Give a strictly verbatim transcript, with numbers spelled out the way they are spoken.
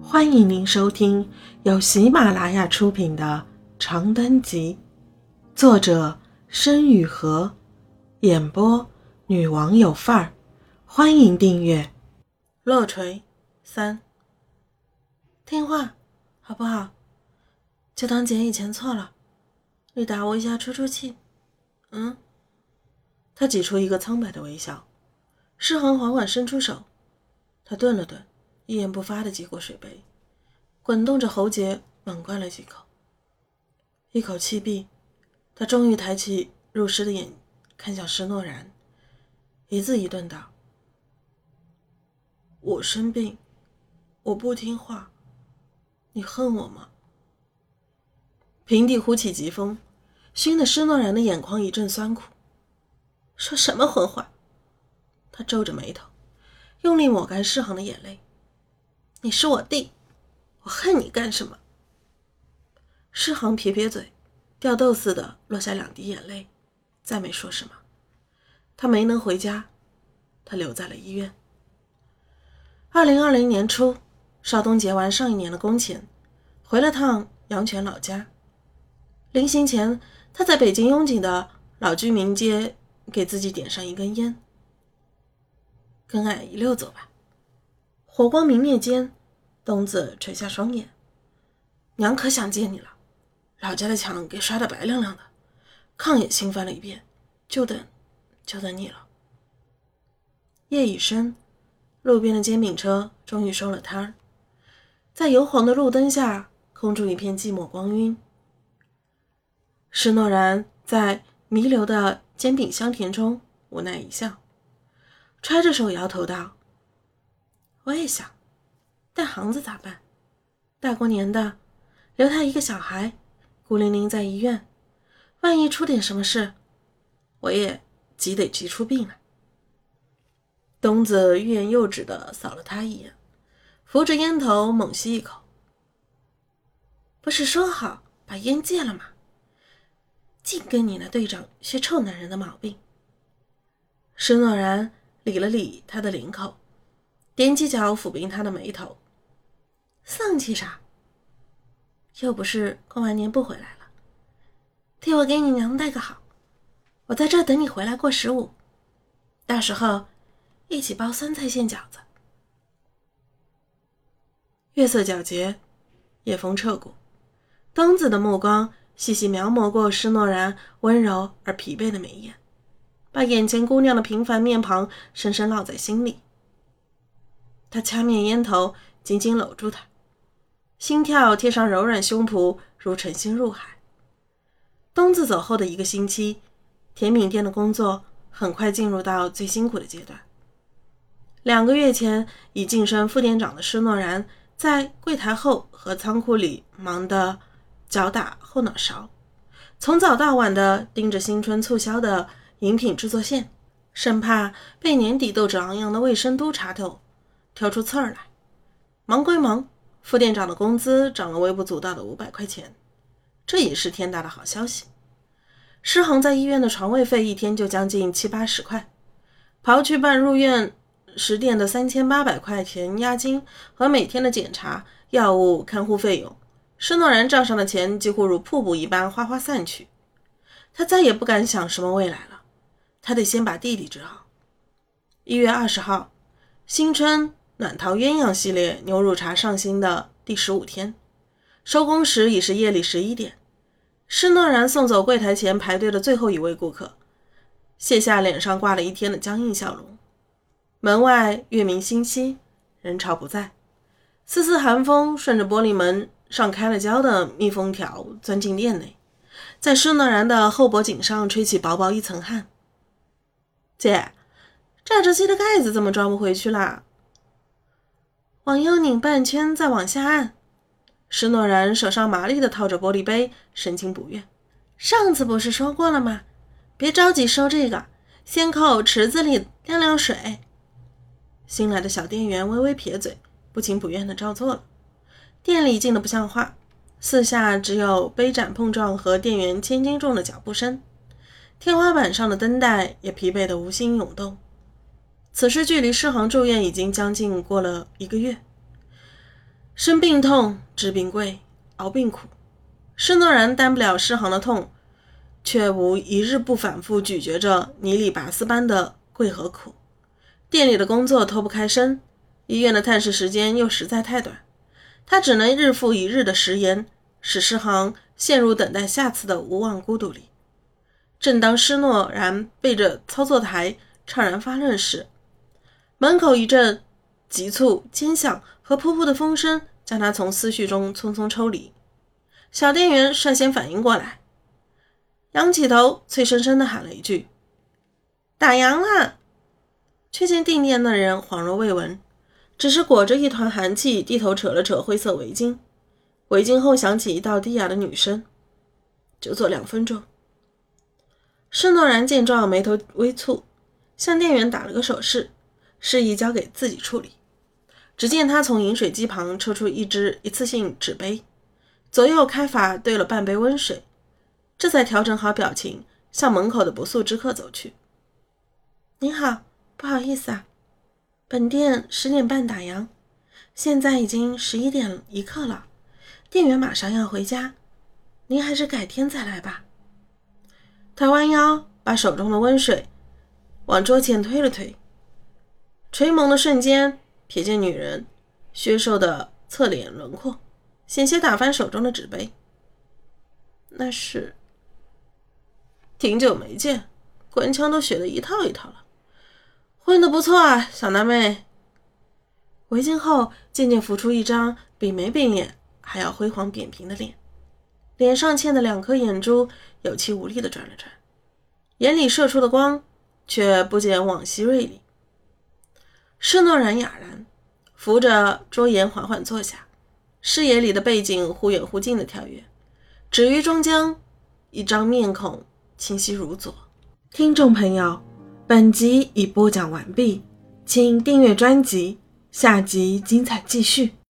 欢迎您收听由喜马拉雅出品的《长灯集》，作者申雨禾，演播女王有范儿。欢迎订阅。落锤三，听话好不好？就当姐以前错了，你打我一下出出气。嗯？他挤出一个苍白的微笑。诗恒缓缓伸出手，他顿了顿，一言不发地接过水杯，滚动着喉结猛灌了几口。一口气毕，他终于抬起入湿的眼看向施诺然，一字一顿道：我生病，我不听话，你恨我吗？平地呼起疾风，熏得施诺然的眼眶一阵酸苦。说什么混话？他皱着眉头，用力抹干施恒的眼泪。你是我弟，我恨你干什么？施恒撇撇嘴，掉豆似的落下两滴眼泪，再没说什么。他没能回家，他留在了医院。二零二零年初，邵东结完上一年的工钱，回了趟阳泉老家。临行前，他在北京拥挤的老居民街给自己点上一根烟。跟俺一溜走吧。火光明灭间，东子垂下双眼。娘可想见你了，老家的墙给刷得白亮亮的，炕也新翻了一遍，就等就等你了。夜已深，路边的煎饼车终于收了摊儿，在油黄的路灯下空出一片寂寞光晕。施诺然在弥留的煎饼香甜中无奈一笑，揣着手摇头道：我也想，但行子咋办？大过年的，留他一个小孩，孤零零在医院，万一出点什么事，我也急得急出病来。东子欲言又止地扫了他一眼，扶着烟头猛吸一口。不是说好把烟戒了吗？净跟你那队长学臭男人的毛病。施诺然理了理他的领口，踮起脚抚平他的眉头。丧气啥？又不是过完年不回来了，替我给你娘带个好，我在这儿等你回来过十五，到时候一起包酸菜馅饺子。月色皎洁，夜风彻骨，东子的目光细细描摹过施诺然温柔而疲惫的眉眼，把眼前姑娘的平凡面庞深深烙在心里。他掐灭烟头，紧紧搂住她，心跳贴上柔软胸脯，如沉星入海。东子走后的一个星期，甜品店的工作很快进入到最辛苦的阶段。两个月前已晋升副店长的施诺然，在柜台后和仓库里忙得脚打后脑勺，从早到晚的盯着新春促销的饮品制作线，生怕被年底斗志昂扬的卫生督查头挑出刺儿来。忙归忙，副店长的工资涨了微不足道的五百块钱，这也是天大的好消息。施恒在医院的床位费一天就将近七八十块，刨去办入院十店的三千八百块钱押金和每天的检查、药物、看护费用，施诺然账上的钱几乎如瀑布一般哗哗散去。他再也不敢想什么未来了，他得先把弟弟治好。一月二十号，新春暖桃鸳鸯系列牛乳茶上新的第十五天，收工时已是夜里十一点。施诺然送走柜台前排队的最后一位顾客，卸下脸上挂了一天的僵硬笑容。门外月明星稀，人潮不在，丝丝寒风顺着玻璃门上开了胶的密封条钻进店内，在施诺然的后脖颈上吹起薄薄一层汗。姐，榨汁机的盖子怎么装不回去啦？往右拧半圈，再往下按。施诺然手上麻利地套着玻璃杯，神情不悦。上次不是说过了吗？别着急收这个，先扣池子里晾晾水。新来的小店员微微撇嘴，不情不愿地照做了。店里静得不像话，四下只有杯盏碰撞和店员千斤重的脚步声，天花板上的灯带也疲惫得无心涌动。此时距离施恒住院已经将近过了一个月。 生病痛，治病贵，熬病苦。施诺然担不了诗行的痛，却无一日不反复咀嚼着尼里拔斯般的贵和苦。店里的工作脱不开身，医院的探视时间又实在太短，他只能日复一日的食言，使诗行陷入等待下次的无望孤独里。正当施诺然背着操作台怅然发愣时，门口一阵急促、尖响和噗噗的风声将他从思绪中匆匆抽离。小店员率先反应过来，仰起头脆生生地喊了一句：打烊了。却见定店的人恍若未闻，只是裹着一团寒气，低头扯了扯灰色围巾。围巾后响起一道低哑的女声：就做两分钟。施诺然见状眉头微蹙，向店员打了个手势，示意交给自己处理。只见他从饮水机旁抽出一只一次性纸杯，左右开法兑了半杯温水，这才调整好表情，向门口的不速之客走去。您好，不好意思啊，本店十点半打烊，现在已经十一点一刻了，店员马上要回家，您还是改天再来吧。他弯腰把手中的温水往桌前推了推，垂眸的瞬间瞥见女人削瘦的侧脸轮廓，险些打翻手中的纸杯。那是挺久没见，官腔都学得一套一套了。混得不错啊，小娜妹。围巾后渐渐浮出一张比没变脸还要辉煌扁平的脸，脸上嵌的两颗眼珠有气无力地转了转，眼里射出的光却不减往昔锐利。施诺然哑然扶着桌沿缓缓坐下，视野里的背景忽远忽近的跳跃，止于中将，一张面孔清晰如昨。听众朋友，本集已播讲完毕，请订阅专辑，下集精彩继续。